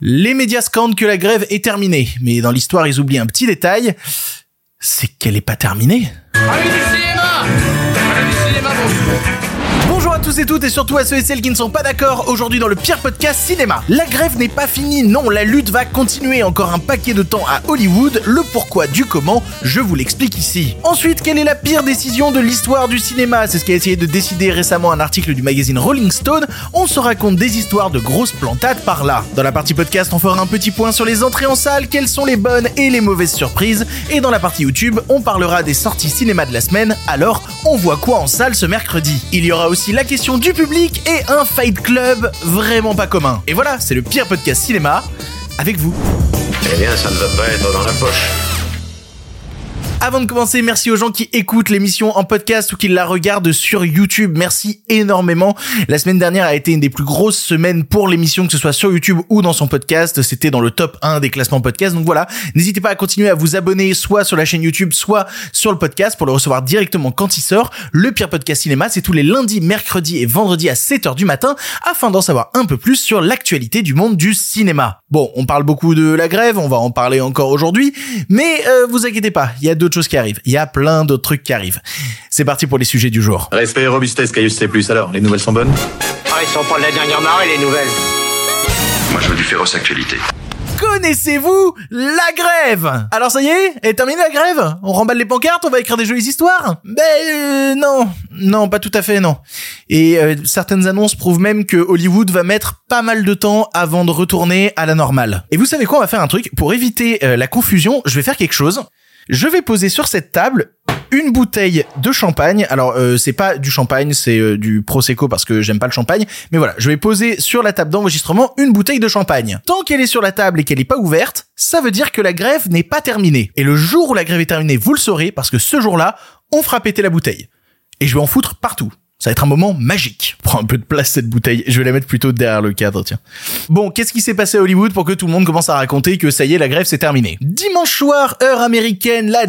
Les médias scandent que la grève est terminée, mais dans l'histoire, ils oublient un petit détail, c'est qu'elle est pas terminée. Allez du cinéma! Allez du cinéma, Bonjour à tous et toutes et surtout à ceux et celles qui ne sont pas d'accord aujourd'hui dans le pire podcast cinéma. La grève n'est pas finie, non, la lutte va continuer encore un paquet de temps à Hollywood. Le pourquoi du comment, je vous l'explique ici. Ensuite, quelle est la pire décision de l'histoire du cinéma? C'est ce qu'a essayé de décider récemment un article du magazine Rolling Stone. On se raconte des histoires de grosses plantades par là. Dans la partie podcast, on fera un petit point sur les entrées en salle, quelles sont les bonnes et les mauvaises surprises. Et dans la partie YouTube, on parlera des sorties cinéma de la semaine. Alors, on voit quoi en salle ce mercredi? Il y aura aussi la question du public et un Fight Club vraiment pas commun. Et voilà, c'est le pire podcast cinéma avec vous. Eh bien, ça ne va pas être dans la poche. Avant de commencer, merci aux gens qui écoutent l'émission en podcast ou qui la regardent sur YouTube. Merci énormément. La semaine dernière a été une des plus grosses semaines pour l'émission, que ce soit sur YouTube ou dans son podcast. C'était dans le top 1 des classements podcast. Donc voilà, n'hésitez pas à continuer à vous abonner soit sur la chaîne YouTube, soit sur le podcast pour le recevoir directement quand il sort. Le pire podcast cinéma, c'est tous les lundis, mercredis et vendredis à 7h du matin afin d'en savoir un peu plus sur l'actualité du monde du cinéma. Bon, on parle beaucoup de la grève, on va en parler encore aujourd'hui, mais vous inquiétez pas, il y a d'autres choses qui arrivent. Il y a plein d'autres trucs qui arrivent. C'est parti pour les sujets du jour. Respect et robustesse, Caius C+. Alors, les nouvelles sont bonnes? Ah, ils sont pas de la dernière marée, les nouvelles. Moi, je veux du féroce actualité. Connaissez-vous la grève? Alors ça y est, elle est terminée la grève? On remballe les pancartes, on va écrire des jolies histoires? Non, pas tout à fait, non. Et certaines annonces prouvent même que Hollywood va mettre pas mal de temps avant de retourner à la normale. Et vous savez quoi, on va faire un truc, pour éviter la confusion, je vais faire quelque chose. Je vais poser sur cette table une bouteille de champagne. Alors c'est pas du champagne, c'est du prosecco parce que j'aime pas le champagne. Mais voilà, je vais poser sur la table d'enregistrement une bouteille de champagne. Tant qu'elle est sur la table et qu'elle est pas ouverte, ça veut dire que la grève n'est pas terminée. Et le jour où la grève est terminée, vous le saurez parce que ce jour-là, on fera péter la bouteille. Et je vais en foutre partout. Ça va être un moment magique. Prends un peu de place cette bouteille. Je vais la mettre plutôt derrière le cadre, tiens. Bon, qu'est-ce qui s'est passé à Hollywood pour que tout le monde commence à raconter que ça y est, la grève s'est terminée? Dimanche soir, heure américaine, la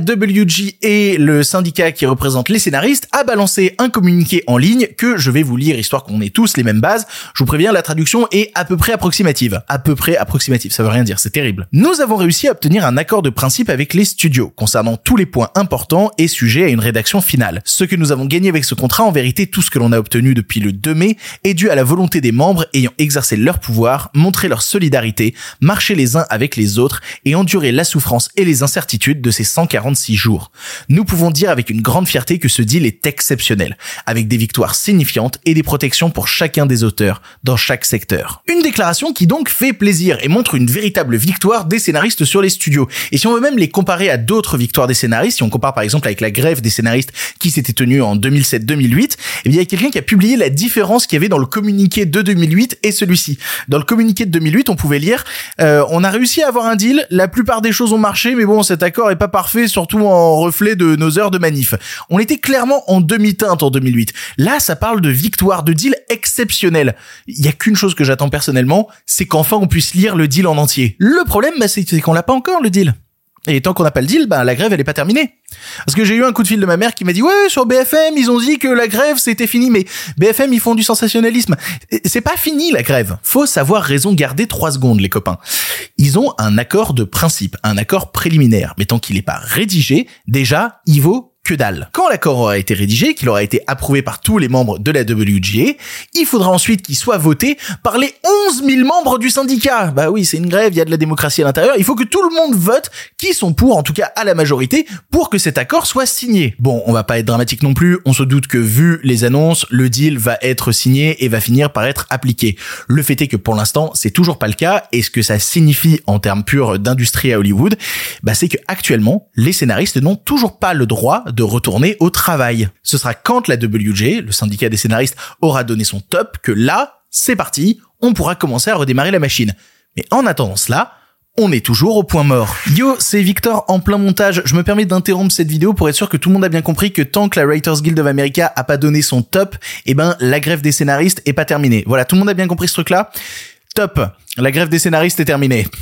WGA, le syndicat qui représente les scénaristes, a balancé un communiqué en ligne que je vais vous lire histoire qu'on ait tous les mêmes bases. Je vous préviens, la traduction est à peu près approximative. À peu près approximative, ça veut rien dire, c'est terrible. Nous avons réussi à obtenir un accord de principe avec les studios concernant tous les points importants et sujets à une rédaction finale. Ce que nous avons gagné avec ce contrat, en vérité, tout ce que l'on a obtenu depuis le 2 mai est dû à la volonté des membres ayant exercé leur pouvoir, montré leur solidarité, marché les uns avec les autres et enduré la souffrance et les incertitudes de ces 146 jours. Nous pouvons dire avec une grande fierté que ce deal est exceptionnel, avec des victoires signifiantes et des protections pour chacun des auteurs dans chaque secteur. Une déclaration qui donc fait plaisir et montre une véritable victoire des scénaristes sur les studios. Et si on veut même les comparer à d'autres victoires des scénaristes, si on compare par exemple avec la grève des scénaristes qui s'était tenue en 2007-2008, eh bien il y a quelqu'un qui a publié la différence qu'il y avait dans le communiqué de 2008 et celui-ci. Dans le communiqué de 2008, on pouvait lire on a réussi à avoir un deal, la plupart des choses ont marché, mais bon, cet accord est pas parfait, surtout en reflet de nos heures de manif. On était clairement en demi-teinte en 2008. Là, ça parle de victoire, de deal exceptionnel. Il y a qu'une chose que j'attends personnellement, c'est qu'enfin on puisse lire le deal en entier. Le problème, c'est qu'on l'a pas encore, le deal. Et tant qu'on n'a pas le deal, la grève, elle est pas terminée. Parce que j'ai eu un coup de fil de ma mère qui m'a dit « Ouais, sur BFM, ils ont dit que la grève, c'était fini. » Mais BFM, ils font du sensationnalisme. C'est pas fini, la grève. Faut savoir raison garder 3 secondes, les copains. Ils ont un accord de principe, un accord préliminaire. Mais tant qu'il est pas rédigé, déjà, il vaut que dalle. Quand l'accord aura été rédigé, qu'il aura été approuvé par tous les membres de la WGA, il faudra ensuite qu'il soit voté par les 11 000 membres du syndicat. Bah oui, c'est une grève, il y a de la démocratie à l'intérieur, il faut que tout le monde vote, qui sont pour, en tout cas à la majorité, pour que cet accord soit signé. Bon, on va pas être dramatique non plus, on se doute que vu les annonces, le deal va être signé et va finir par être appliqué. Le fait est que pour l'instant, c'est toujours pas le cas, et ce que ça signifie en termes purs d'industrie à Hollywood, c'est que actuellement, les scénaristes n'ont toujours pas le droit de retourner au travail. Ce sera quand la WGA, le syndicat des scénaristes, aura donné son top que là, c'est parti, on pourra commencer à redémarrer la machine. Mais en attendant cela, on est toujours au point mort. Yo, c'est Victor en plein montage. Je me permets d'interrompre cette vidéo pour être sûr que tout le monde a bien compris que tant que la Writers Guild of America a pas donné son top, la grève des scénaristes est pas terminée. Voilà, tout le monde a bien compris ce truc-là? Top. La grève des scénaristes est terminée.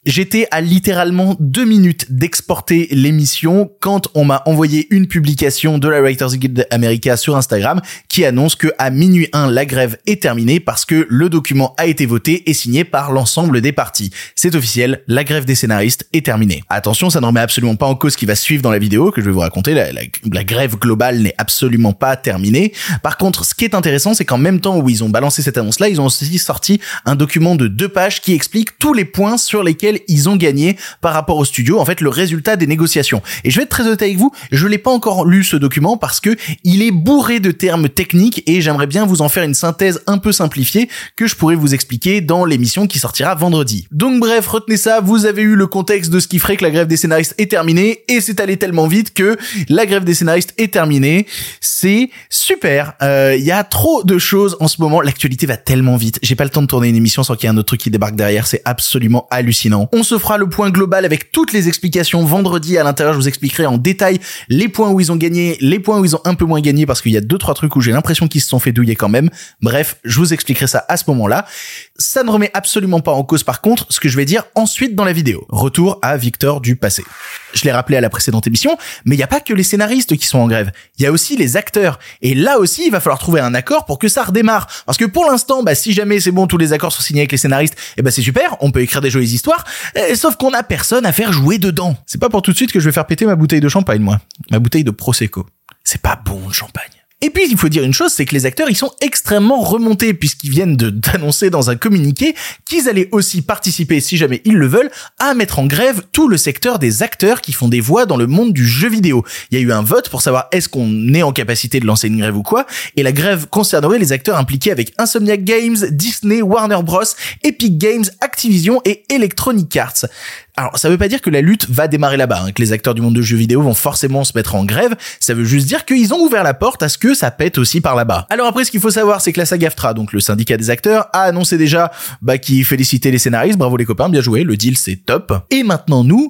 J'étais à littéralement 2 minutes d'exporter l'émission quand on m'a envoyé une publication de la Writers Guild America sur Instagram qui annonce que à minuit 1, la grève est terminée parce que le document a été voté et signé par l'ensemble des parties. C'est officiel, la grève des scénaristes est terminée. Attention, ça ne remet absolument pas en cause ce qui va suivre dans la vidéo que je vais vous raconter. La grève globale n'est absolument pas terminée. Par contre, ce qui est intéressant, c'est qu'en même temps où ils ont balancé cette annonce-là, ils ont aussi sorti un document de 2 pages qui explique tous les points sur lesquels ils ont gagné par rapport au studio, en fait le résultat des négociations. Et je vais être très honnête avec vous, je l'ai pas encore lu ce document parce que il est bourré de termes techniques et j'aimerais bien vous en faire une synthèse un peu simplifiée que je pourrais vous expliquer dans l'émission qui sortira vendredi. Donc bref, retenez ça, vous avez eu le contexte de ce qui ferait que la grève des scénaristes est terminée et c'est allé tellement vite que la grève des scénaristes est terminée. C'est super. Il y a trop de choses en ce moment, l'actualité va tellement vite. J'ai pas le temps de tourner une émission sans qu'il y ait un autre truc qui débarque derrière, c'est absolument hallucinant. On se fera le point global avec toutes les explications vendredi. À l'intérieur, je vous expliquerai en détail les points où ils ont gagné, les points où ils ont un peu moins gagné parce qu'il y a 2-3 trucs où j'ai l'impression qu'ils se sont fait douiller quand même. Bref, je vous expliquerai ça à ce moment-là. Ça ne remet absolument pas en cause par contre ce que je vais dire ensuite dans la vidéo. Retour à Victor du passé. Je l'ai rappelé à la précédente émission, mais il n'y a pas que les scénaristes qui sont en grève. Il y a aussi les acteurs. Et là aussi, il va falloir trouver un accord pour que ça redémarre. Parce que pour l'instant, si jamais c'est bon, tous les accords sont signés avec les scénaristes, c'est super, on peut écrire des jolies histoires, sauf qu'on a personne à faire jouer dedans. C'est pas pour tout de suite que je vais faire péter ma bouteille de champagne, moi. Ma bouteille de Prosecco. C'est pas bon, le champagne. Et puis, il faut dire une chose, c'est que les acteurs, ils sont extrêmement remontés puisqu'ils viennent d'annoncer dans un communiqué qu'ils allaient aussi participer, si jamais ils le veulent, à mettre en grève tout le secteur des acteurs qui font des voix dans le monde du jeu vidéo. Il y a eu un vote pour savoir est-ce qu'on est en capacité de lancer une grève ou quoi, et la grève concernerait les acteurs impliqués avec Insomniac Games, Disney, Warner Bros, Epic Games, Activision et Electronic Arts. Alors, ça veut pas dire que la lutte va démarrer là-bas, que les acteurs du monde de jeux vidéo vont forcément se mettre en grève, ça veut juste dire qu'ils ont ouvert la porte à ce que ça pète aussi par là-bas. Alors après, ce qu'il faut savoir, c'est que la SAG-AFTRA, donc le syndicat des acteurs, a annoncé déjà qu'il félicitait les scénaristes, bravo les copains, bien joué, le deal c'est top. Et maintenant nous,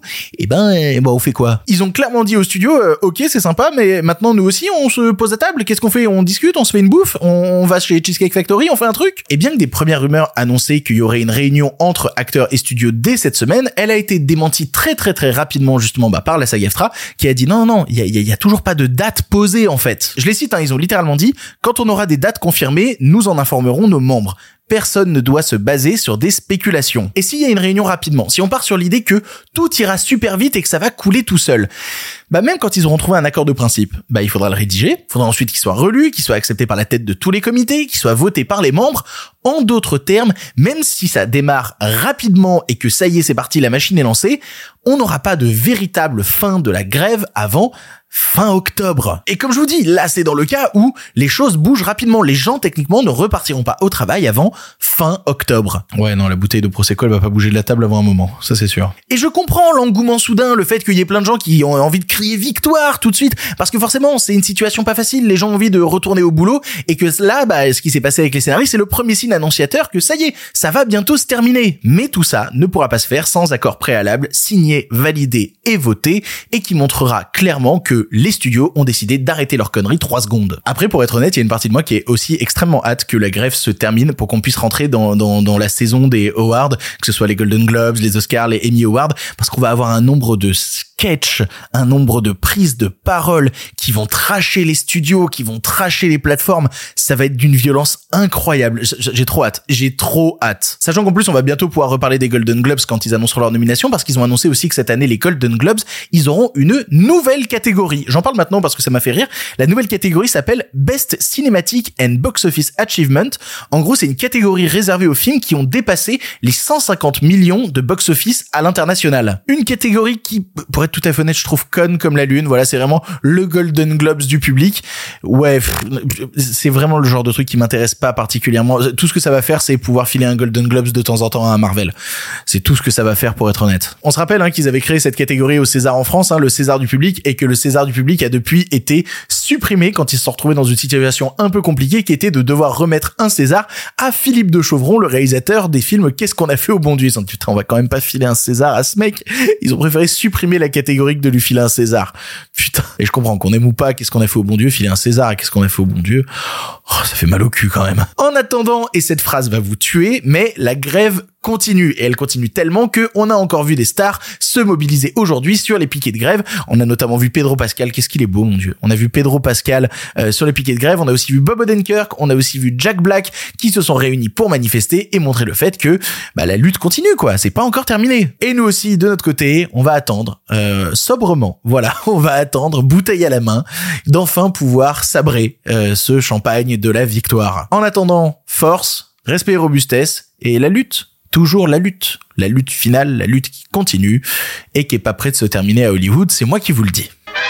on fait quoi? Ils ont clairement dit au studio, ok c'est sympa, mais maintenant nous aussi on se pose à table, qu'est-ce qu'on fait? On discute, on se fait une bouffe, on va chez Cheesecake Factory, on fait un truc? Et bien que des premières rumeurs annonçaient qu'il y aurait une réunion entre acteurs et studios dès cette semaine, elle a été démentie très rapidement justement par la SAG-AFTRA qui a dit non, il y a toujours pas de date posée en fait. Je les cite, ils ont littéralement dit quand on aura des dates confirmées, nous en informerons nos membres. Personne ne doit se baser sur des spéculations. Et s'il y a une réunion rapidement, si on part sur l'idée que tout ira super vite et que ça va couler tout seul, même quand ils auront trouvé un accord de principe, il faudra le rédiger, il faudra ensuite qu'il soit relu, qu'il soit accepté par la tête de tous les comités, qu'il soit voté par les membres. En d'autres termes, même si ça démarre rapidement et que ça y est, c'est parti, la machine est lancée, on n'aura pas de véritable fin de la grève avant fin octobre. Et comme je vous dis, là c'est dans le cas où les choses bougent rapidement. Les gens techniquement ne repartiront pas au travail avant fin octobre. Ouais non, la bouteille de Prosecco elle va pas bouger de la table avant un moment, ça c'est sûr. Et je comprends l'engouement soudain, le fait qu'il y ait plein de gens qui ont envie de crier victoire tout de suite, parce que forcément c'est une situation pas facile, les gens ont envie de retourner au boulot, et que là ce qui s'est passé avec les scénaristes c'est le premier signe annonciateur que ça y est, ça va bientôt se terminer. Mais tout ça ne pourra pas se faire sans accord préalable, signé, validé et voté, et qui montrera clairement que les studios ont décidé d'arrêter leur connerie 3 secondes. Après, pour être honnête, il y a une partie de moi qui est aussi extrêmement hâte que la grève se termine pour qu'on puisse rentrer dans la saison des awards, que ce soit les Golden Globes, les Oscars, les Emmy Awards, parce qu'on va avoir un nombre de sketchs, un nombre de prises de parole qui vont tracher les studios, qui vont tracher les plateformes. Ça va être d'une violence incroyable. J'ai trop hâte. Sachant qu'en plus, on va bientôt pouvoir reparler des Golden Globes quand ils annonceront leur nomination, parce qu'ils ont annoncé aussi que cette année, les Golden Globes, ils auront une nouvelle catégorie. J'en parle maintenant parce que ça m'a fait rire. La nouvelle catégorie s'appelle Best Cinematic and Box Office Achievement. En gros, c'est une catégorie réservée aux films qui ont dépassé les 150 millions de box-office à l'international. Une catégorie qui, pour être tout à fait honnête, je trouve conne comme la lune. Voilà, c'est vraiment le Golden Globes du public. Ouais, c'est vraiment le genre de truc qui m'intéresse pas particulièrement. Tout ce que ça va faire, c'est pouvoir filer un Golden Globes de temps en temps à un Marvel. C'est tout ce que ça va faire, pour être honnête. On se rappelle qu'ils avaient créé cette catégorie au César en France, le César du public, et que le César du public a depuis été supprimé quand ils se sont retrouvés dans une situation un peu compliquée qui était de devoir remettre un César à Philippe de Chauvron, le réalisateur des films Qu'est-ce qu'on a fait au bon Dieu. Ils ont dit putain, on va quand même pas filer un César à ce mec. Ils ont préféré supprimer la catégorie que de lui filer un César. Putain. Et je comprends qu'on aime ou pas Qu'est-ce qu'on a fait au bon Dieu, filer un César à Qu'est-ce qu'on a fait au bon Dieu. Oh, ça fait mal au cul quand même. En attendant, et cette phrase va vous tuer, mais la grève continue. Et elle continue tellement que on a encore vu des stars se mobiliser aujourd'hui sur les piquets de grève. On a notamment vu Pedro Pascal. Qu'est-ce qu'il est beau, mon Dieu. On a vu Pedro Pascal sur les piquets de grève. On a aussi vu Bob Odenkirk. On a aussi vu Jack Black qui se sont réunis pour manifester et montrer le fait que la lutte continue, quoi. C'est pas encore terminé. Et nous aussi, de notre côté, on va attendre sobrement. Voilà, on va attendre, bouteille à la main, d'enfin pouvoir sabrer ce champagne de la victoire. En attendant, force, respect et robustesse et la lutte. Toujours la lutte finale, la lutte qui continue et qui est pas près de se terminer à Hollywood, c'est moi qui vous le dis.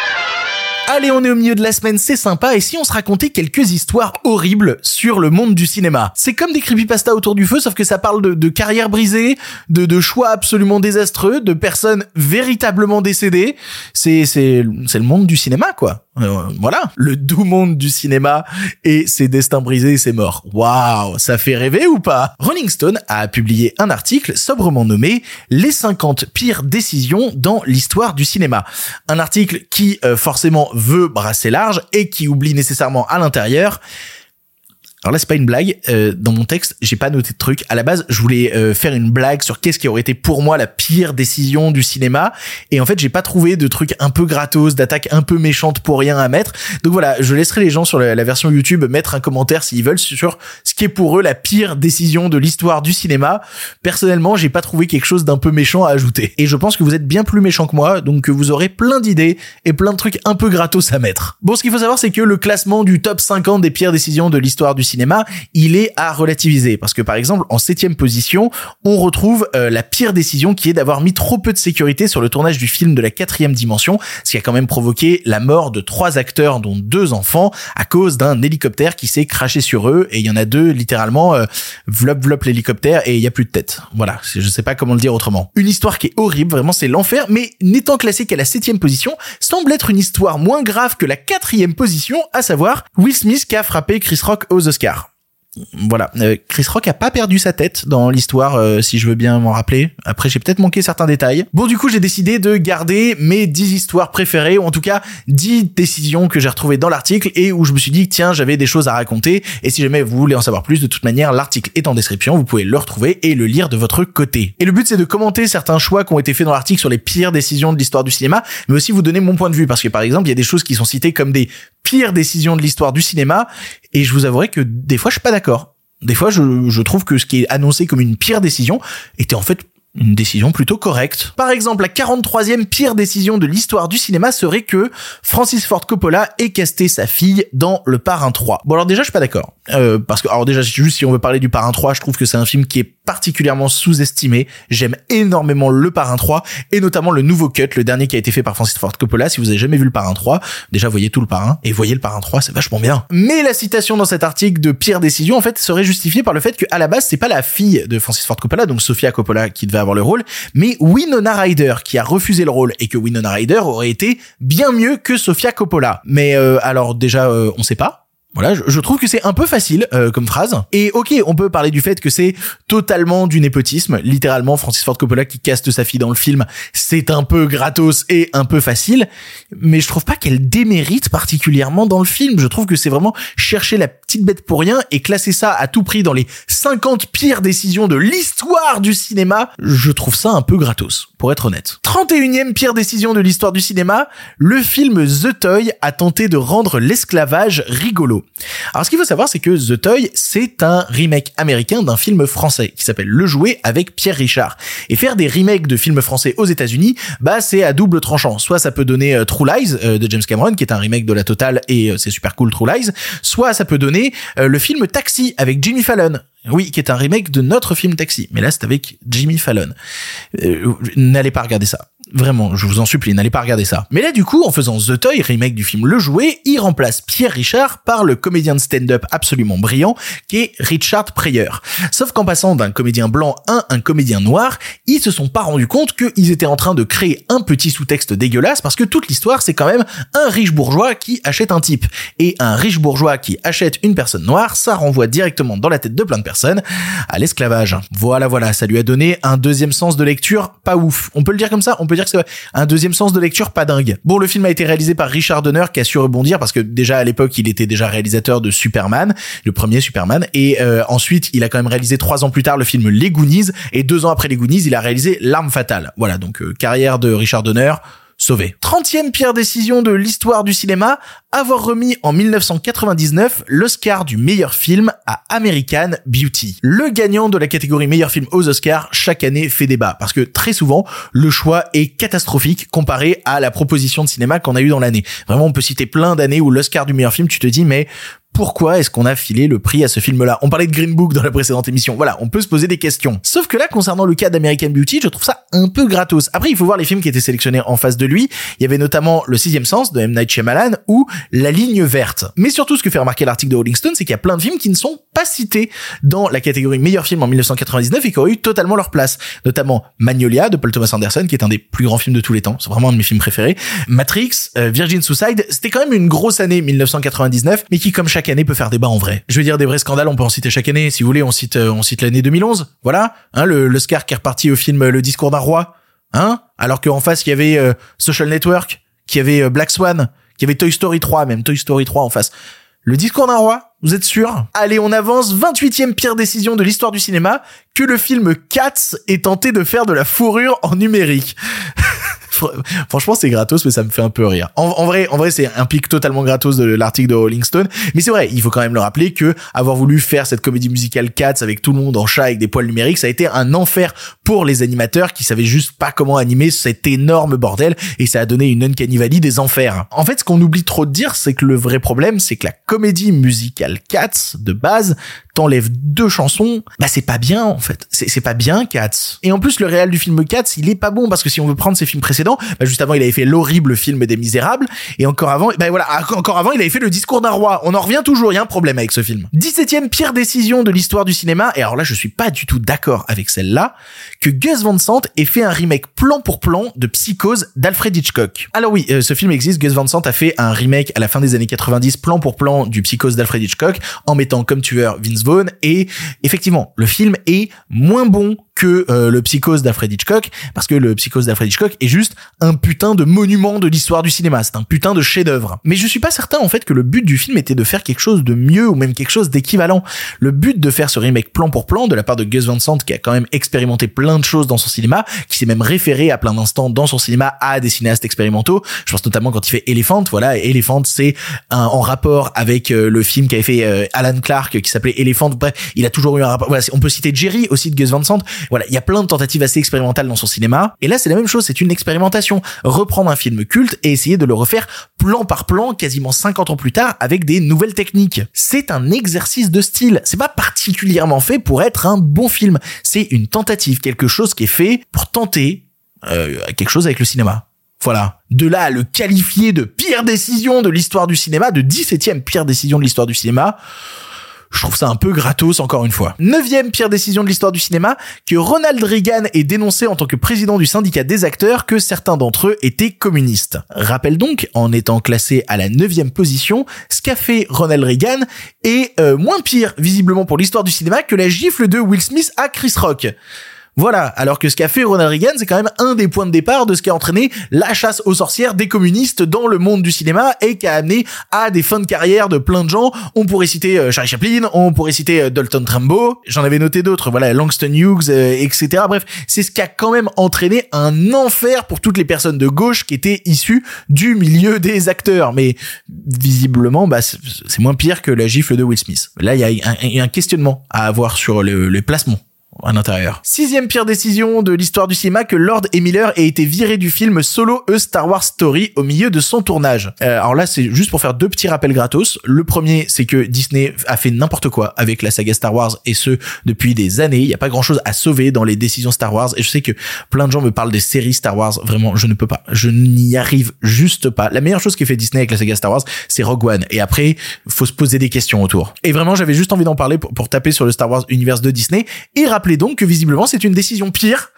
Allez, on est au milieu de la semaine, c'est sympa, et si on se racontait quelques histoires horribles sur le monde du cinéma? C'est comme des creepypasta autour du feu, sauf que ça parle de carrières brisées, de choix absolument désastreux, de personnes véritablement décédées. C'est le monde du cinéma, quoi. Voilà, le doux monde du cinéma et ses destins brisés et ses morts. Waouh, ça fait rêver ou pas? Rolling Stone a publié un article sobrement nommé « Les 50 pires décisions dans l'histoire du cinéma ». Un article qui forcément veut brasser large et qui oublie nécessairement à l'intérieur. Alors là, c'est pas une blague. Dans mon texte, j'ai pas noté de truc. À la base, je voulais faire une blague sur qu'est-ce qui aurait été pour moi la pire décision du cinéma. Et en fait, j'ai pas trouvé de trucs un peu gratos, d'attaques un peu méchantes pour rien à mettre. Donc voilà, je laisserai les gens sur la version YouTube mettre un commentaire s'ils veulent sur ce qui est pour eux la pire décision de l'histoire du cinéma. Personnellement, j'ai pas trouvé quelque chose d'un peu méchant à ajouter. Et je pense que vous êtes bien plus méchant que moi, donc vous aurez plein d'idées et plein de trucs un peu gratos à mettre. Bon, ce qu'il faut savoir, c'est que le classement du top 50 des pires décisions de l'histoire du cinéma, il est à relativiser parce que par exemple en 7e position on retrouve la pire décision qui est d'avoir mis trop peu de sécurité sur le tournage du film de la 4e dimension, ce qui a quand même provoqué la mort de 3 acteurs dont 2 enfants à cause d'un hélicoptère qui s'est crashé sur eux, et il y en a 2 littéralement vlop l'hélicoptère et il y a plus de tête. Voilà, je sais pas comment le dire autrement. Une histoire qui est horrible, vraiment c'est l'enfer, mais n'étant classée qu'à la 7e position semble être une histoire moins grave que la 4e position, à savoir Will Smith qui a frappé Chris Rock aux Oscars. Voilà, Chris Rock a pas perdu sa tête dans l'histoire, si je veux bien m'en rappeler. Après, j'ai peut-être manqué certains détails. Bon, du coup, j'ai décidé de garder mes 10 histoires préférées, ou en tout cas 10 décisions que j'ai retrouvées dans l'article et où je me suis dit, tiens, j'avais des choses à raconter. Et si jamais vous voulez en savoir plus, de toute manière, l'article est en description, vous pouvez le retrouver et le lire de votre côté. Et le but, c'est de commenter certains choix qui ont été faits dans l'article sur les pires décisions de l'histoire du cinéma, mais aussi vous donner mon point de vue, parce que par exemple, il y a des choses qui sont citées comme des pires décisions de l'histoire du cinéma, et je vous avouerai que des fois, je suis pas d'accord. Des fois, je trouve que ce qui est annoncé comme une pire décision était en fait une décision plutôt correcte. Par exemple, la 43e pire décision de l'histoire du cinéma serait que Francis Ford Coppola ait casté sa fille dans Le Parrain 3. Bon, alors déjà, je suis pas d'accord. Parce que, alors déjà, juste si on veut parler du Parrain 3, je trouve que c'est un film qui est particulièrement sous-estimé. J'aime énormément Le Parrain 3 et notamment le nouveau cut, le dernier qui a été fait par Francis Ford Coppola. Si vous avez jamais vu Le Parrain 3, déjà voyez tout Le Parrain et voyez Le Parrain 3, c'est vachement bien. Mais la citation dans cet article de pire décision, en fait, serait justifiée par le fait que à la base, c'est pas la fille de Francis Ford Coppola, donc Sofia Coppola, qui devait avoir le rôle, mais Winona Ryder qui a refusé le rôle, et que Winona Ryder aurait été bien mieux que Sofia Coppola. Mais alors déjà, on sait pas. Voilà, je trouve que c'est un peu facile comme phrase. Et ok, on peut parler du fait que c'est totalement du népotisme. Littéralement, Francis Ford Coppola qui caste sa fille dans le film, c'est un peu gratos et un peu facile. Mais je trouve pas qu'elle démérite particulièrement dans le film. Je trouve que c'est vraiment chercher la petite bête pour rien et classer ça à tout prix dans les 50 pires décisions de l'histoire du cinéma. Je trouve ça un peu gratos, pour être honnête. 31e pire décision de l'histoire du cinéma, le film The Toy a tenté de rendre l'esclavage rigolo. Alors ce qu'il faut savoir, c'est que The Toy, c'est un remake américain d'un film français qui s'appelle Le Jouet avec Pierre Richard. Et faire des remakes de films français aux États-Unis, bah c'est à double tranchant. Soit ça peut donner True Lies de James Cameron, qui est un remake de La Totale et c'est super cool True Lies. Soit ça peut donner le film Taxi avec Jimmy Fallon. Oui, qui est un remake de notre film Taxi. Mais là, c'est avec Jimmy Fallon. N'allez pas regarder ça. Vraiment, je vous en supplie, n'allez pas regarder ça. Mais là, du coup, en faisant The Toy, remake du film Le Jouet, il remplace Pierre Richard par le comédien de stand-up absolument brillant, qui est Richard Pryor. Sauf qu'en passant d'un comédien blanc à un comédien noir, ils se sont pas rendus compte qu'ils étaient en train de créer un petit sous-texte dégueulasse, parce que toute l'histoire, c'est quand même un riche bourgeois qui achète un type. Et un riche bourgeois qui achète une personne noire, ça renvoie directement dans la tête de plein de personnes à l'esclavage. Voilà, ça lui a donné un deuxième sens de lecture pas ouf. On peut le dire comme ça, on peut dire dire que c'est un deuxième sens de lecture pas dingue. Bon, le film a été réalisé par Richard Donner, qui a su rebondir parce que déjà à l'époque, il était déjà réalisateur de Superman, le premier Superman, et ensuite, il a quand même réalisé 3 ans plus tard le film Les Goonies, et 2 ans après Les Goonies, il a réalisé L'Arme Fatale. Voilà, donc carrière de Richard Donner sauvé. 30e pire décision de l'histoire du cinéma, avoir remis en 1999 l'Oscar du meilleur film à American Beauty. Le gagnant de la catégorie meilleur film aux Oscars chaque année fait débat parce que très souvent le choix est catastrophique comparé à la proposition de cinéma qu'on a eu dans l'année. Vraiment, on peut citer plein d'années où l'Oscar du meilleur film, tu te dis mais pourquoi est-ce qu'on a filé le prix à ce film-là? On parlait de Green Book dans la précédente émission. Voilà, on peut se poser des questions. Sauf que là, concernant le cas d'American Beauty, je trouve ça un peu gratos. Après, il faut voir les films qui étaient sélectionnés en face de lui. Il y avait notamment Le Sixième Sens de M. Night Shyamalan ou La Ligne Verte. Mais surtout, ce que fait remarquer l'article de Rolling Stone, c'est qu'il y a plein de films qui ne sont pas cités dans la catégorie meilleur film en 1999 et qui auraient eu totalement leur place. Notamment Magnolia de Paul Thomas Anderson, qui est un des plus grands films de tous les temps. C'est vraiment un de mes films préférés. Matrix, Virgin Suicide, c'était quand même une grosse année 1999, mais qui, comme chaque année, peut faire débat en vrai. Je veux dire, des vrais scandales, on peut en citer chaque année. Si vous voulez, on cite l'année 2011. Voilà. L'Oscar qui est reparti au film Le Discours d'un roi. Alors qu'en face, il y avait Social Network, qu'il y avait Black Swan, qu'il y avait Toy Story 3, même Toy Story 3 en face. Le Discours d'un roi, vous êtes sûr? Allez, on avance. 28e pire décision de l'histoire du cinéma, que le film Cats ait tenté de faire de la fourrure en numérique. Franchement, c'est gratos, mais ça me fait un peu rire. En vrai, c'est un pic totalement gratos de l'article de Rolling Stone. Mais c'est vrai, il faut quand même le rappeler que avoir voulu faire cette comédie musicale Cats avec tout le monde en chat avec des poils numériques, ça a été un enfer pour les animateurs qui savaient juste pas comment animer cet énorme bordel, et ça a donné une uncanny valley des enfers. En fait, ce qu'on oublie trop de dire, c'est que le vrai problème, c'est que la comédie musicale Cats, de base, t'enlèves 2 chansons, bah c'est pas bien en fait. C'est pas bien Cats. Et en plus le réal du film Cats, il est pas bon parce que si on veut prendre ses films précédents, bah juste avant il avait fait l'horrible film des Misérables et encore avant, bah voilà, encore avant il avait fait Le Discours d'un roi. On en revient toujours, il y a un problème avec ce film. 17e pire décision de l'histoire du cinéma, et alors là je suis pas du tout d'accord avec celle-là, que Gus Van Sant ait fait un remake plan pour plan de Psychose d'Alfred Hitchcock. Alors oui, ce film existe, Gus Van Sant a fait un remake à la fin des années 90 plan pour plan du Psychose d'Alfred Hitchcock en mettant comme tueur Vince Vaughn, et effectivement le film est moins bon que le Psychose d'Alfred Hitchcock, parce que le Psychose d'Alfred Hitchcock est juste un putain de monument de l'histoire du cinéma, c'est un putain de chef-d'œuvre. Mais je suis pas certain en fait que le but du film était de faire quelque chose de mieux ou même quelque chose d'équivalent. Le but de faire ce remake plan pour plan de la part de Gus Van Sant, qui a quand même expérimenté plein de choses dans son cinéma, qui s'est même référé à plein d'instants dans son cinéma à des cinéastes expérimentaux. Je pense notamment quand il fait Elephant, voilà, Elephant c'est en rapport avec le film qu'avait fait Alan Clark qui s'appelait Elephant. Bref, il a toujours eu un rapport. Voilà, on peut citer Jerry aussi de Gus Van Sant. Voilà, il y a plein de tentatives assez expérimentales dans son cinéma. Et là, c'est la même chose, c'est une expérimentation. Reprendre un film culte et essayer de le refaire plan par plan, quasiment 50 ans plus tard, avec des nouvelles techniques. C'est un exercice de style. C'est pas particulièrement fait pour être un bon film. C'est une tentative, quelque chose qui est fait pour tenter quelque chose avec le cinéma. Voilà. De là à le qualifier de pire décision de l'histoire du cinéma, de 17e pire décision de l'histoire du cinéma, je trouve ça un peu gratos encore une fois. 9e pire décision de l'histoire du cinéma, que Ronald Reagan ait dénoncé en tant que président du syndicat des acteurs que certains d'entre eux étaient communistes. Rappel donc, en étant classé à la 9e position, ce qu'a fait Ronald Reagan est moins pire visiblement pour l'histoire du cinéma que la gifle de Will Smith à Chris Rock. Voilà, alors que ce qu'a fait Ronald Reagan, c'est quand même un des points de départ de ce qui a entraîné la chasse aux sorcières des communistes dans le monde du cinéma et qui a amené à des fins de carrière de plein de gens. On pourrait citer Charlie Chaplin, on pourrait citer Dalton Trumbo, j'en avais noté d'autres, voilà, Langston Hughes, etc. Bref, c'est ce qui a quand même entraîné un enfer pour toutes les personnes de gauche qui étaient issues du milieu des acteurs. Mais visiblement, bah, c'est moins pire que la gifle de Will Smith. Là, il y a un questionnement à avoir sur le placement à l'intérieur. 6e pire décision de l'histoire du cinéma, que Lord et Miller ait été viré du film Solo A Star Wars Story au milieu de son tournage. Alors là, c'est juste pour faire 2 petits rappels gratos. Le premier, c'est que Disney a fait n'importe quoi avec la saga Star Wars, et ce, depuis des années. Il n'y a pas grand chose à sauver dans les décisions Star Wars, et je sais que plein de gens me parlent des séries Star Wars. Vraiment, je ne peux pas. Je n'y arrive juste pas. La meilleure chose qu'ait fait Disney avec la saga Star Wars, c'est Rogue One. Et après, faut se poser des questions autour. Et vraiment, j'avais juste envie d'en parler pour taper sur le Star Wars Universe de Disney, et rappeler donc que visiblement c'est une décision pire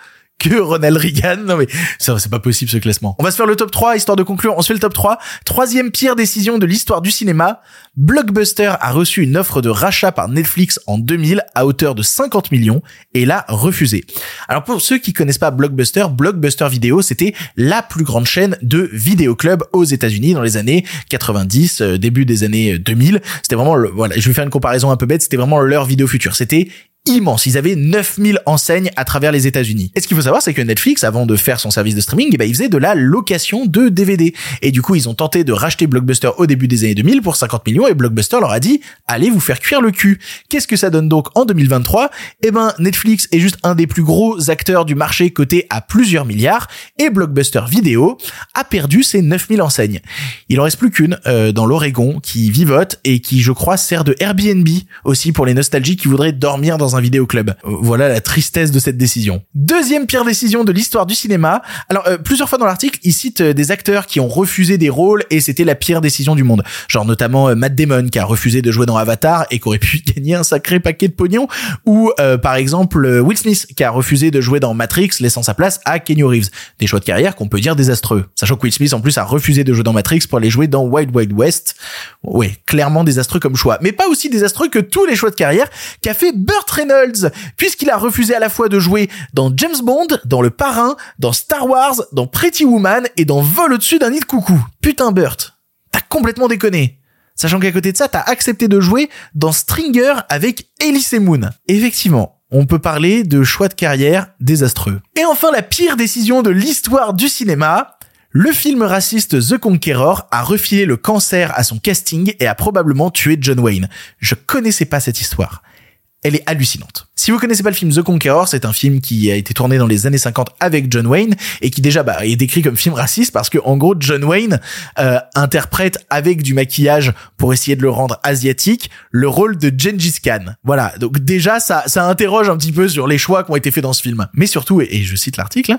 que Ronald Reagan. Non mais ça, c'est pas possible ce classement. On va se faire le top 3 histoire de conclure. On se fait le top 3. Troisième pire décision de l'histoire du cinéma. Blockbuster a reçu une offre de rachat par Netflix en 2000 à hauteur de 50 millions et l'a refusé. Alors pour ceux qui connaissent pas Blockbuster Vidéo, c'était la plus grande chaîne de vidéoclubs aux États-Unis dans les années 90, début des années 2000. C'était vraiment voilà, je vais faire une comparaison un peu bête, c'était vraiment leur vidéo future. C'était immense. Ils avaient 9000 enseignes à travers les États-Unis. Et ce qu'il faut savoir, c'est que Netflix, avant de faire son service de streaming, il faisait de la location de DVD. Et du coup, ils ont tenté de racheter Blockbuster au début des années 2000 pour 50 millions et Blockbuster leur a dit, allez vous faire cuire le cul. Qu'est-ce que ça donne donc en 2023? Netflix est juste un des plus gros acteurs du marché coté à plusieurs milliards et Blockbuster Vidéo a perdu ses 9000 enseignes. Il en reste plus qu'une dans l'Oregon qui vivote et qui, je crois, sert de Airbnb aussi pour les nostalgiques qui voudraient dormir dans un vidéoclub. Voilà la tristesse de cette décision. Deuxième pire décision de l'histoire du cinéma. Alors, plusieurs fois dans l'article, ils citent des acteurs qui ont refusé des rôles et c'était la pire décision du monde. Genre notamment Matt Damon qui a refusé de jouer dans Avatar et qui aurait pu gagner un sacré paquet de pognon. Ou par exemple Will Smith qui a refusé de jouer dans Matrix, laissant sa place à Keanu Reeves. Des choix de carrière qu'on peut dire désastreux. Sachant que Will Smith en plus a refusé de jouer dans Matrix pour aller jouer dans Wild Wild West. Ouais, clairement désastreux comme choix. Mais pas aussi désastreux que tous les choix de carrière qu'a fait Burt Reynolds, puisqu'il a refusé à la fois de jouer dans James Bond, dans Le Parrain, dans Star Wars, dans Pretty Woman et dans Vol au-dessus d'un nid de coucou. Putain Burt, t'as complètement déconné. Sachant qu'à côté de ça, t'as accepté de jouer dans Stringer avec Elise Moon. Effectivement, on peut parler de choix de carrière désastreux. Et enfin, la pire décision de l'histoire du cinéma. Le film raciste The Conqueror a refilé le cancer à son casting et a probablement tué John Wayne. Je connaissais pas cette histoire. Elle est hallucinante. Si vous connaissez pas le film The Conqueror, c'est un film qui a été tourné dans les années 50 avec John Wayne et qui déjà est décrit comme film raciste parce que en gros John Wayne interprète avec du maquillage pour essayer de le rendre asiatique le rôle de Gengis Khan. Voilà, donc déjà ça interroge un petit peu sur les choix qui ont été faits dans ce film. Mais surtout, et je cite l'article,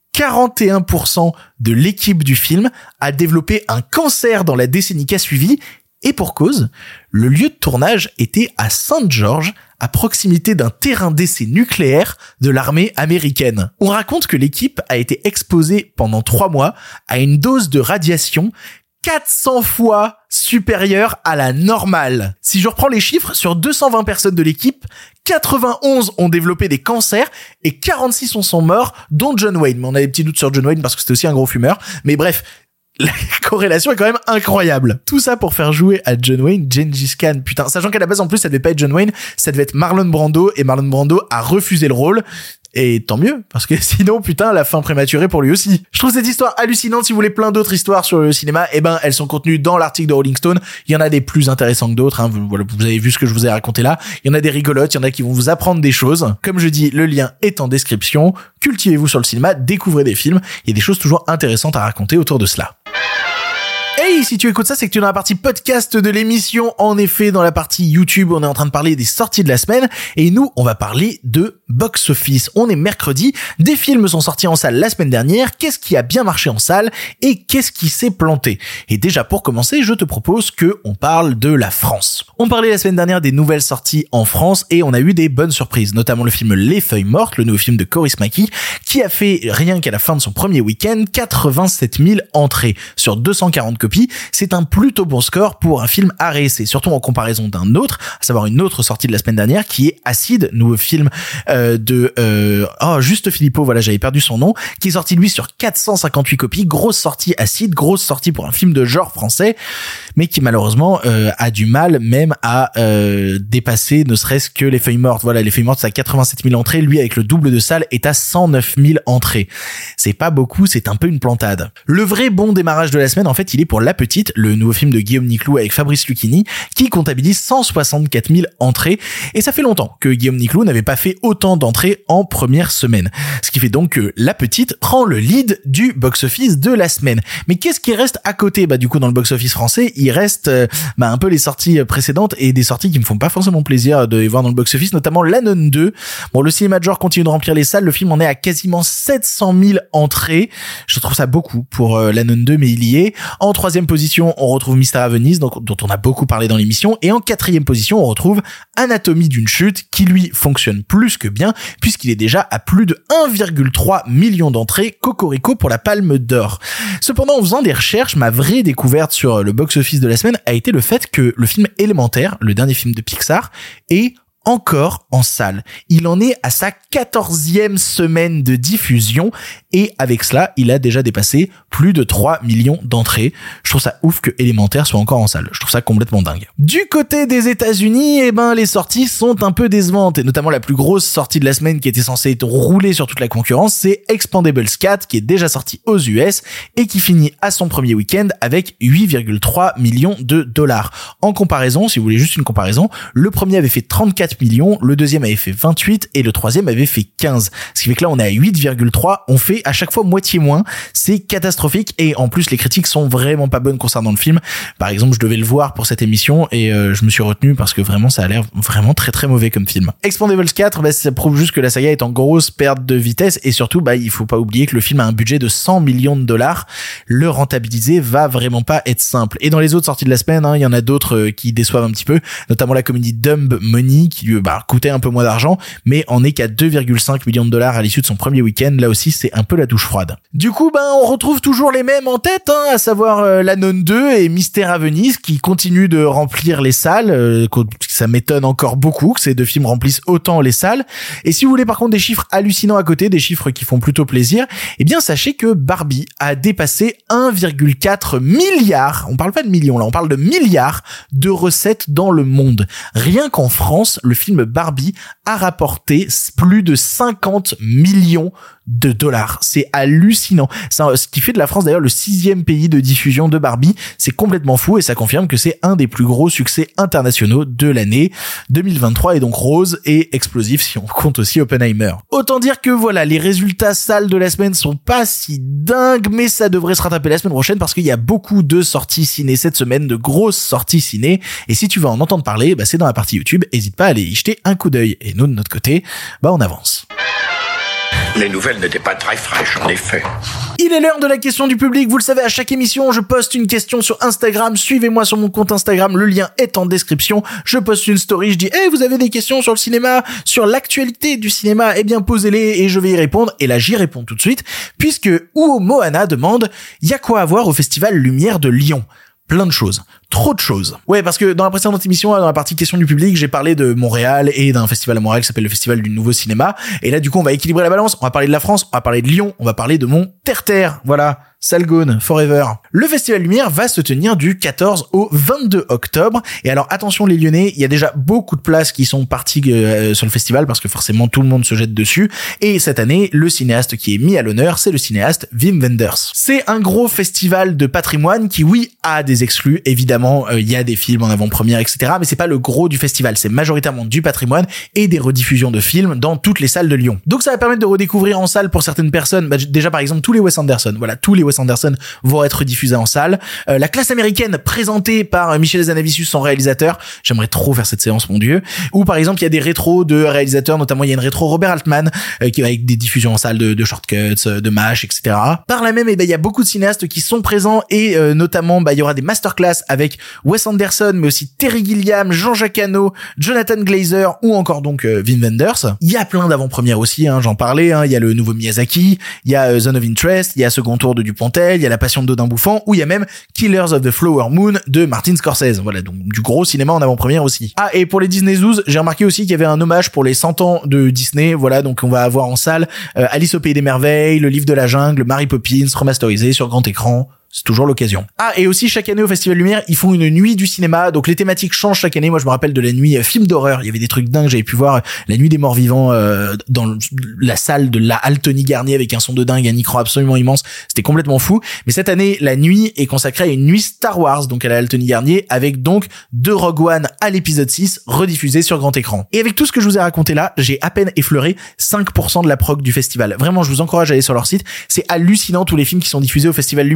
41% de l'équipe du film a développé un cancer dans la décennie qui a suivi. Et pour cause, le lieu de tournage était à St. George, à proximité d'un terrain d'essai nucléaire de l'armée américaine. On raconte que l'équipe a été exposée pendant 3 mois à une dose de radiation 400 fois supérieure à la normale. Si je reprends les chiffres, sur 220 personnes de l'équipe, 91 ont développé des cancers et 46 en sont morts, dont John Wayne. Mais on a des petits doutes sur John Wayne parce que c'était aussi un gros fumeur. Mais bref, la corrélation est quand même incroyable. Tout ça pour faire jouer à John Wayne, Gengis Khan. Putain, sachant qu'à la base, en plus, ça devait pas être John Wayne, ça devait être Marlon Brando, et Marlon Brando a refusé le rôle. Et tant mieux, parce que sinon, putain, la fin prématurée pour lui aussi. Je trouve cette histoire hallucinante. Si vous voulez plein d'autres histoires sur le cinéma, elles sont contenues dans l'article de Rolling Stone. Il y en a des plus intéressants que d'autres, hein. Vous avez vu ce que je vous ai raconté là. Il y en a des rigolotes, il y en a qui vont vous apprendre des choses. Comme je dis, le lien est en description. Cultivez-vous sur le cinéma, découvrez des films. Il y a des choses toujours intéressantes à raconter autour de cela. Hey, si tu écoutes ça, c'est que tu es dans la partie podcast de l'émission. En effet, dans la partie YouTube, on est en train de parler des sorties de la semaine. Et nous, on va parler de box-office. On est mercredi. Des films sont sortis en salle la semaine dernière. Qu'est-ce qui a bien marché en salle et qu'est-ce qui s'est planté? Et déjà, pour commencer, je te propose que on parle de la France. On parlait la semaine dernière des nouvelles sorties en France et on a eu des bonnes surprises, notamment le film Les Feuilles Mortes, le nouveau film de Coris Maki, qui a fait, rien qu'à la fin de son premier week-end, 87 000 entrées sur 240 copies. C'est un plutôt bon score pour un film RSC, surtout en comparaison d'un autre, à savoir une autre sortie de la semaine dernière qui est Acide, nouveau film Juste Philippot, voilà, j'avais perdu son nom, qui est sorti lui sur 458 copies, grosse sortie Acide, grosse sortie pour un film de genre français, mais qui malheureusement a du mal même à dépasser ne serait-ce que Les Feuilles Mortes. Voilà, Les Feuilles Mortes c'est à 87 000 entrées, lui avec le double de salle est à 109 000 entrées. C'est pas beaucoup, c'est un peu une plantade. Le vrai bon démarrage de la semaine, en fait, il est pour La Petite, le nouveau film de Guillaume Niclou avec Fabrice Lucchini, qui comptabilise 164 000 entrées. Et ça fait longtemps que Guillaume Niclou n'avait pas fait autant d'entrées en première semaine. Ce qui fait donc que La Petite prend le lead du box-office de la semaine. Mais qu'est-ce qui reste à côté? Du coup, dans le box-office français, il reste un peu les sorties précédentes et des sorties qui me font pas forcément plaisir de les voir dans le box-office, notamment La Nonne 2. Bon, le cinéma de genre continue de remplir les salles. Le film en est à quasiment 700 000 entrées. Je trouve ça beaucoup pour La Nonne 2, mais il y est. En troisième troisième position, on retrouve Mystère à Venise, dont on a beaucoup parlé dans l'émission. Et en quatrième position, on retrouve Anatomie d'une chute, qui lui fonctionne plus que bien, puisqu'il est déjà à plus de 1,3 million d'entrées, cocorico pour la Palme d'Or. Cependant, en faisant des recherches, ma vraie découverte sur le box-office de la semaine a été le fait que le film Élémentaire, le dernier film de Pixar, est encore en salle. Il en est à sa 14e semaine de diffusion et avec cela, il a déjà dépassé plus de 3 millions d'entrées. Je trouve ça ouf que Élémentaire soit encore en salle. Je trouve ça complètement dingue. Du côté des États-Unis, les sorties sont un peu décevantes et notamment la plus grosse sortie de la semaine qui était censée rouler sur toute la concurrence, c'est Expendables 4 qui est déjà sorti aux US et qui finit à son premier week-end avec 8,3 millions de dollars. En comparaison, si vous voulez juste une comparaison, le premier avait fait 34 millions, le deuxième avait fait 28 et le troisième avait fait 15. Ce qui fait que là on est à 8,3, on fait à chaque fois moitié moins, c'est catastrophique et en plus les critiques sont vraiment pas bonnes concernant le film. Par exemple, je devais le voir pour cette émission et je me suis retenu parce que vraiment ça a l'air vraiment très très mauvais comme film. Expendables 4, ça prouve juste que la saga est en grosse perte de vitesse et surtout il faut pas oublier que le film a un budget de 100 millions de dollars. Le rentabiliser va vraiment pas être simple. Et dans les autres sorties de la semaine, il y en a d'autres qui déçoivent un petit peu, notamment la comédie Dumb Money qui coûtait un peu moins d'argent, mais en est qu'à 2,5 millions de dollars à l'issue de son premier week-end. Là aussi, c'est un peu la douche froide. Du coup, on retrouve toujours les mêmes en tête, à savoir La Nonne 2 et Mystère à Venise qui continuent de remplir les salles. Ça m'étonne encore beaucoup que ces deux films remplissent autant les salles. Et si vous voulez par contre des chiffres hallucinants à côté, des chiffres qui font plutôt plaisir, sachez que Barbie a dépassé 1,4 milliard, on parle pas de millions là, on parle de milliards de recettes dans le monde. Rien qu'en France, le film Barbie a rapporté plus de 50 millions de dollars. C'est hallucinant. Ce qui fait de la France d'ailleurs le 6e pays de diffusion de Barbie. C'est complètement fou et ça confirme que c'est un des plus gros succès internationaux de l'année 2023 et donc rose et explosif si on compte aussi Oppenheimer. Autant dire que voilà, les résultats salles de la semaine sont pas si dingues, mais ça devrait se rattraper la semaine prochaine parce qu'il y a beaucoup de sorties ciné cette semaine, de grosses sorties ciné. Et si tu veux en entendre parler, c'est dans la partie YouTube. Hésite pas à aller y jeter un coup d'œil. Et nous, de notre côté, on avance. Les nouvelles n'étaient pas très fraîches, en effet. Il est l'heure de la question du public. Vous le savez, à chaque émission, je poste une question sur Instagram. Suivez-moi sur mon compte Instagram. Le lien est en description. Je poste une story. Je dis, vous avez des questions sur le cinéma, sur l'actualité du cinéma? Posez-les et je vais y répondre. Et là, j'y réponds tout de suite puisque Uo Moana demande, y a quoi à voir au Festival Lumière de Lyon? Plein de choses. Trop de choses. Ouais, parce que dans la précédente émission, dans la partie question du public, j'ai parlé de Montréal et d'un festival à Montréal qui s'appelle le Festival du Nouveau Cinéma. Et là, du coup, on va équilibrer la balance. On va parler de la France, on va parler de Lyon, on va parler de mon terre-terre. Voilà. Salgone, forever. Le Festival Lumière va se tenir du 14 au 22 octobre. Et alors, attention les Lyonnais, il y a déjà beaucoup de places qui sont parties sur le festival parce que forcément tout le monde se jette dessus. Et cette année, le cinéaste qui est mis à l'honneur, c'est le cinéaste Wim Wenders. C'est un gros festival de patrimoine qui, oui, a des exclus. Évidemment, il y a des films en avant-première, etc. Mais c'est pas le gros du festival. C'est majoritairement du patrimoine et des rediffusions de films dans toutes les salles de Lyon. Donc ça va permettre de redécouvrir en salle pour certaines personnes, déjà par exemple tous les Wes Anderson. Voilà, tous les Wes Anderson vont être diffusés en salle. La classe américaine présentée par Michel Hazanavicius, son réalisateur. J'aimerais trop faire cette séance, mon Dieu. Ou par exemple, il y a des rétros de réalisateurs, notamment il y a une rétro Robert Altman qui va avec des diffusions en salle de shortcuts, de MASH, etc. Par là même, il y a beaucoup de cinéastes qui sont présents et notamment, il y aura des masterclass avec Wes Anderson, mais aussi Terry Gilliam, Jean-Jacques Hano, Jonathan Glazer ou encore donc Wim Wenders. Il y a plein d'avant-premières aussi, j'en parlais. Il y a le nouveau Miyazaki, il y a Zone of Interest, il y a Second Tour de Dupontel, il y a La Passion de Dodin Bouffant, ou il y a même Killers of the Flower Moon de Martin Scorsese. Voilà, donc du gros cinéma en avant-première aussi. Ah, et pour les Disney Zoos, j'ai remarqué aussi qu'il y avait un hommage pour les 100 ans de Disney. Voilà, donc on va avoir en salle Alice au Pays des Merveilles, Le Livre de la Jungle, Mary Poppins, remasterisé sur grand écran. C'est toujours l'occasion. Ah, et aussi, chaque année au Festival Lumière, ils font une nuit du cinéma. Donc, les thématiques changent chaque année. Moi, je me rappelle de la nuit film d'horreur. Il y avait des trucs dingues. J'avais pu voir la nuit des morts vivants, dans la salle de la Altony Garnier avec un son de dingue, un écran absolument immense. C'était complètement fou. Mais cette année, la nuit est consacrée à une nuit Star Wars, donc à la Altony Garnier, avec donc de Rogue One à l'épisode 6, rediffusé sur grand écran. Et avec tout ce que je vous ai raconté là, j'ai à peine effleuré 5% de la prog du festival. Vraiment, je vous encourage à aller sur leur site. C'est hallucinant tous les films qui sont diffusés au Festival Lumière.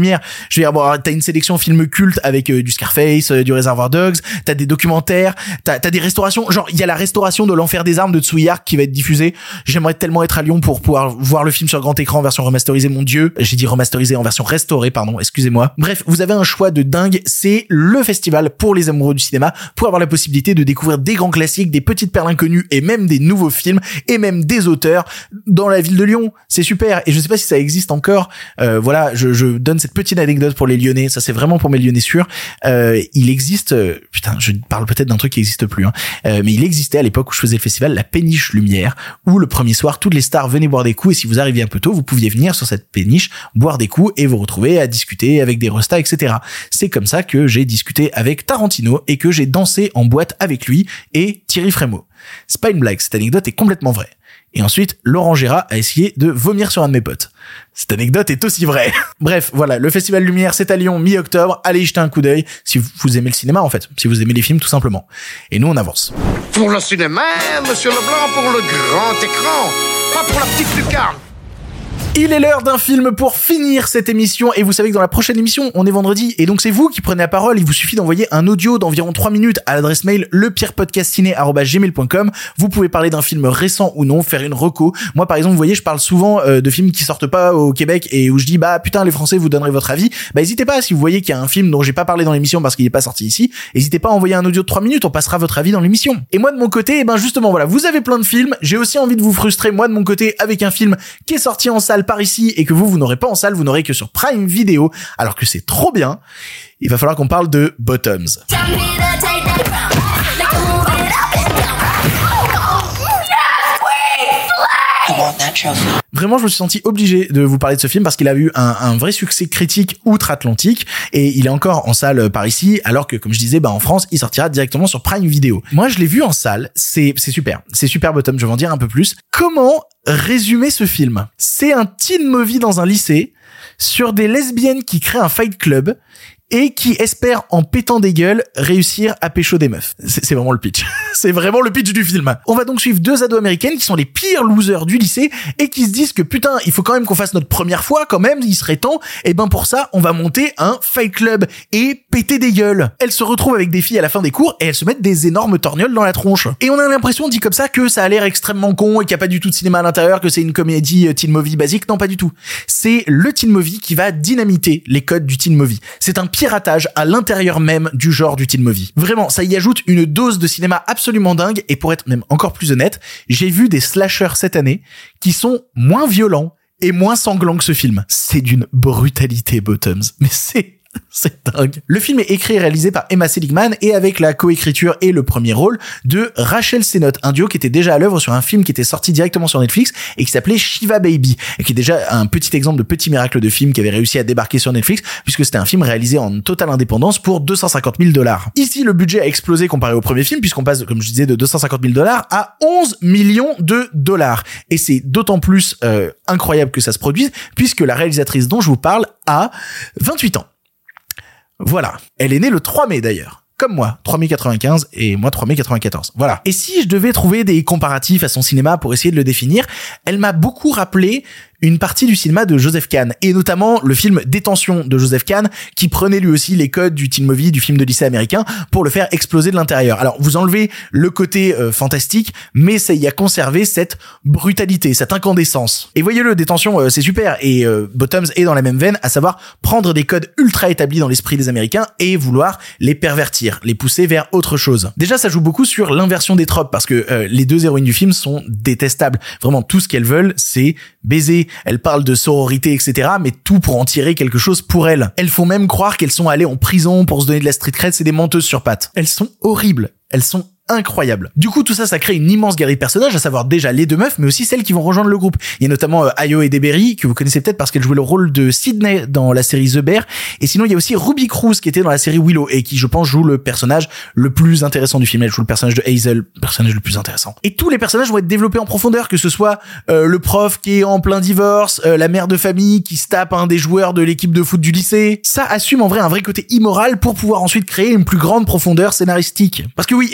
Je veux dire, bon, t'as une sélection films cultes avec du Scarface, du Reservoir Dogs, t'as des documentaires, t'as des restaurations, genre il y a la restauration de l'Enfer des armes de Tsuyark qui va être diffusée. J'aimerais tellement être à Lyon pour pouvoir voir le film sur grand écran en version remasterisée, mon dieu. J'ai dit remasterisée en version restaurée, pardon, excusez-moi. Bref, vous avez un choix de dingue, c'est le festival pour les amoureux du cinéma, pour avoir la possibilité de découvrir des grands classiques, des petites perles inconnues et même des nouveaux films et même des auteurs dans la ville de Lyon. C'est super, et je sais pas si ça existe encore. Voilà, je donne cette petite anecdote pour les Lyonnais, ça c'est vraiment pour mes Lyonnais sûrs. Il existe, putain, je parle peut-être d'un truc qui existe plus, hein, mais il existait à l'époque où je faisais le festival la péniche Lumière, où le premier soir toutes les stars venaient boire des coups, et si vous arriviez un peu tôt, vous pouviez venir sur cette péniche, boire des coups et vous retrouver à discuter avec des restas, etc. C'est comme ça que j'ai discuté avec Tarantino et que j'ai dansé en boîte avec lui et Thierry Frémaux. C'est pas une blague, cette anecdote est complètement vraie. Et ensuite, Laurent Gérard a essayé de vomir sur un de mes potes. Cette anecdote est aussi vraie. Bref, voilà, le Festival Lumière, c'est à Lyon, mi-octobre. Allez y jeter un coup d'œil si vous aimez le cinéma, en fait. Si vous aimez les films, tout simplement. Et nous, on avance. Pour le cinéma, monsieur Leblanc, pour le grand écran, pas pour la petite lucarne. Il est l'heure d'un film pour finir cette émission, et vous savez que dans la prochaine émission, on est vendredi, et donc c'est vous qui prenez la parole. Il vous suffit d'envoyer un audio d'environ 3 minutes à l'adresse mail lepirepodcastciné@gmail.com. Vous pouvez parler d'un film récent ou non, faire une reco. Moi par exemple, vous voyez, je parle souvent de films qui sortent pas au Québec et où je dis bah putain les Français, vous donnerez votre avis. Bah n'hésitez pas, si vous voyez qu'il y a un film dont j'ai pas parlé dans l'émission parce qu'il est pas sorti ici, n'hésitez pas à envoyer un audio de 3 minutes, on passera votre avis dans l'émission. Et moi de mon côté, ben justement voilà, vous avez plein de films, j'ai aussi envie de vous frustrer moi de mon côté avec un film qui est sorti en salle par ici et que vous n'aurez pas en salle, vous n'aurez que sur Prime Video, alors que c'est trop bien. Il va falloir qu'on parle de Bottoms. Vraiment, je me suis senti obligé de vous parler de ce film parce qu'il a eu un vrai succès critique outre-Atlantique et il est encore en salle par ici, alors que, comme je disais, bah en France, il sortira directement sur Prime Video. Moi, je l'ai vu en salle, c'est super. C'est super Bottom, je vais en dire un peu plus. Comment résumer ce film? C'est un teen movie dans un lycée sur des lesbiennes qui créent un fight club et qui espèrent, en pétant des gueules, réussir à pécho des meufs. C'est vraiment le pitch. C'est vraiment le pitch du film. On va donc suivre 2 ados américaines qui sont les pires losers du lycée et qui se disent que putain, il faut quand même qu'on fasse notre première fois quand même, il serait temps. Et ben pour ça, on va monter un fight club et péter des gueules. Elles se retrouvent avec des filles à la fin des cours et elles se mettent des énormes torgnoles dans la tronche. Et on a l'impression, dit comme ça, que ça a l'air extrêmement con et qu'il n'y a pas du tout de cinéma à l'intérieur, que c'est une comédie teen movie basique. Non, pas du tout. C'est le teen movie qui va dynamiter les codes du teen movie. C'est un piratage à l'intérieur même du genre du teen movie. Vraiment, ça y ajoute une dose de cinéma absolument dingue, et pour être même encore plus honnête, j'ai vu des slashers cette année qui sont moins violents et moins sanglants que ce film. C'est d'une brutalité, Bottoms. Mais c'est dingue. Le film est écrit et réalisé par Emma Seligman et avec la coécriture et le premier rôle de Rachel Sennott, un duo qui était déjà à l'œuvre sur un film qui était sorti directement sur Netflix et qui s'appelait Shiva Baby, et qui est déjà un petit exemple de petit miracle de film qui avait réussi à débarquer sur Netflix puisque c'était un film réalisé en totale indépendance pour $250 000. Ici, le budget a explosé comparé au premier film puisqu'on passe, comme je disais, de $250 000 à $11 millions. Et c'est d'autant plus incroyable que ça se produise puisque la réalisatrice dont je vous parle a 28 ans. Voilà. Elle est née le 3 mai d'ailleurs. Comme moi, 3 mai 95 et moi 3 mai 94. Voilà. Et si je devais trouver des comparatifs à son cinéma pour essayer de le définir, elle m'a beaucoup rappelé une partie du cinéma de Joseph Kahn, et notamment le film Détention de Joseph Kahn, qui prenait lui aussi les codes du teen movie, du film de lycée américain, pour le faire exploser de l'intérieur. Alors, vous enlevez le côté fantastique, mais ça y a conservé cette brutalité, cette incandescence. Et voyez-le, Détention, c'est super, et Bottoms est dans la même veine, à savoir prendre des codes ultra établis dans l'esprit des Américains et vouloir les pervertir, les pousser vers autre chose. Déjà, ça joue beaucoup sur l'inversion des tropes, parce que les 2 héroïnes du film sont détestables. Vraiment, tout ce qu'elles veulent, c'est baiser. Elles parlent de sororité, etc., mais tout pour en tirer quelque chose pour elles. Elles font même croire qu'elles sont allées en prison pour se donner de la street cred, c'est des menteuses sur pattes. Elles sont horribles. Elles sont incroyable. Du coup, tout ça crée une immense galerie de personnages, à savoir déjà les 2 meufs, mais aussi celles qui vont rejoindre le groupe. Il y a notamment Ayo Edebiri, que vous connaissez peut-être parce qu'elle jouait le rôle de Sydney dans la série The Bear, et sinon il y a aussi Ruby Cruz qui était dans la série Willow, et qui, je pense, joue le personnage le plus intéressant du film. Elle joue le personnage de Hazel, le personnage le plus intéressant. Et tous les personnages vont être développés en profondeur, que ce soit le prof qui est en plein divorce, la mère de famille qui se tape un des joueurs de l'équipe de foot du lycée. Ça assume en vrai un vrai côté immoral pour pouvoir ensuite créer une plus grande profondeur scénaristique. Parce que oui, évidemment,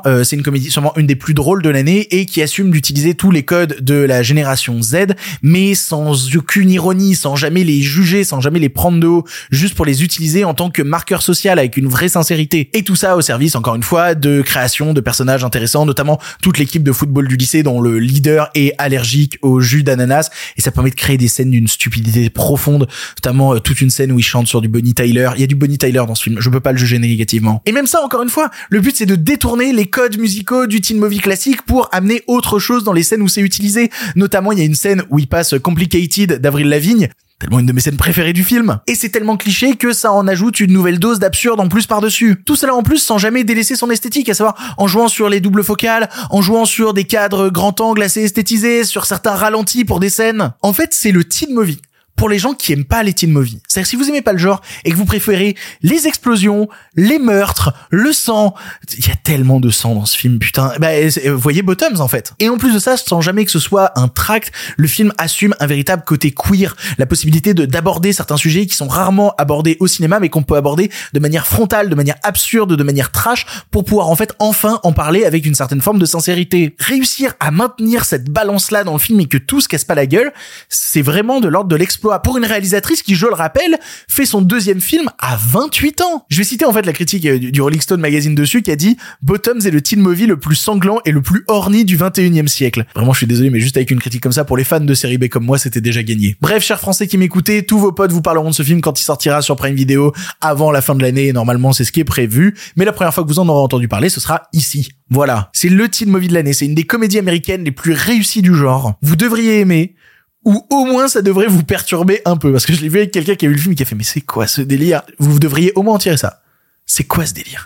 c'est une comédie sûrement une des plus drôles de l'année et qui assume d'utiliser tous les codes de la génération Z, mais sans aucune ironie, sans jamais les juger, sans jamais les prendre de haut, juste pour les utiliser en tant que marqueur social avec une vraie sincérité. Et tout ça au service, encore une fois, de création de personnages intéressants, notamment toute l'équipe de football du lycée dont le leader est allergique au jus d'ananas, et ça permet de créer des scènes d'une stupidité profonde, notamment toute une scène où il chante sur du Bonnie Tyler. Il y a du Bonnie Tyler dans ce film, je peux pas le juger négativement. Et même ça, encore une fois, le but c'est de détourner les codes musicaux du teen movie classique pour amener autre chose dans les scènes où c'est utilisé. Notamment, il y a une scène où il passe Complicated d'Avril Lavigne, tellement une de mes scènes préférées du film. Et c'est tellement cliché que ça en ajoute une nouvelle dose d'absurde en plus par-dessus. Tout cela en plus sans jamais délaisser son esthétique, à savoir en jouant sur les doubles focales, en jouant sur des cadres grand angle assez esthétisés, sur certains ralentis pour des scènes. En fait, c'est le teen movie pour les gens qui aiment pas les teen movies. C'est-à-dire si vous aimez pas le genre et que vous préférez les explosions, les meurtres, le sang, il y a tellement de sang dans ce film, putain. Vous voyez Bottoms en fait. Et en plus de ça, sans jamais que ce soit un tract, le film assume un véritable côté queer, la possibilité d'aborder certains sujets qui sont rarement abordés au cinéma mais qu'on peut aborder de manière frontale, de manière absurde, de manière trash pour pouvoir en fait enfin en parler avec une certaine forme de sincérité. Réussir à maintenir cette balance-là dans le film et que tout se casse pas la gueule, c'est vraiment de l'ordre de l'exploit pour une réalisatrice qui, je le rappelle, fait son deuxième film à 28 ans. Je vais citer en fait la critique du Rolling Stone magazine dessus qui a dit « Bottoms est le teen movie le plus sanglant et le plus horny du 21e siècle ». Vraiment, je suis désolé, mais juste avec une critique comme ça, pour les fans de série B comme moi, c'était déjà gagné. Bref, chers Français qui m'écoutez, tous vos potes vous parleront de ce film quand il sortira sur Prime Video avant la fin de l'année, et normalement c'est ce qui est prévu, mais la première fois que vous en aurez entendu parler, ce sera ici. Voilà, c'est le teen movie de l'année, c'est une des comédies américaines les plus réussies du genre. Vous devriez aimer, ou au moins ça devrait vous perturber un peu, parce que je l'ai vu avec quelqu'un qui a vu le film et qui a fait « Mais c'est quoi ce délire ?» Vous devriez au moins en tirer ça. C'est quoi ce délire?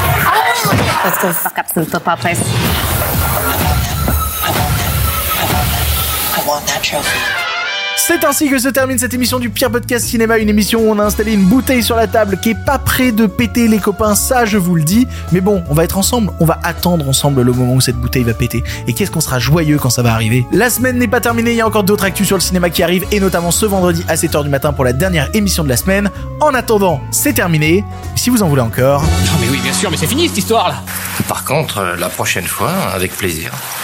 Let's go fuck up some football players. I want that trophy. C'est ainsi que se termine cette émission du Pire Podcast Cinéma, une émission où on a installé une bouteille sur la table qui est pas près de péter les copains, ça je vous le dis, mais bon, on va être ensemble, on va attendre ensemble le moment où cette bouteille va péter, et qu'est-ce qu'on sera joyeux quand ça va arriver. La semaine n'est pas terminée, il y a encore d'autres actus sur le cinéma qui arrivent, et notamment ce vendredi à 7h du matin pour la dernière émission de la semaine. En attendant, c'est terminé, si vous en voulez encore... Non mais oui, bien sûr, mais c'est fini cette histoire là. Par contre, la prochaine fois, avec plaisir.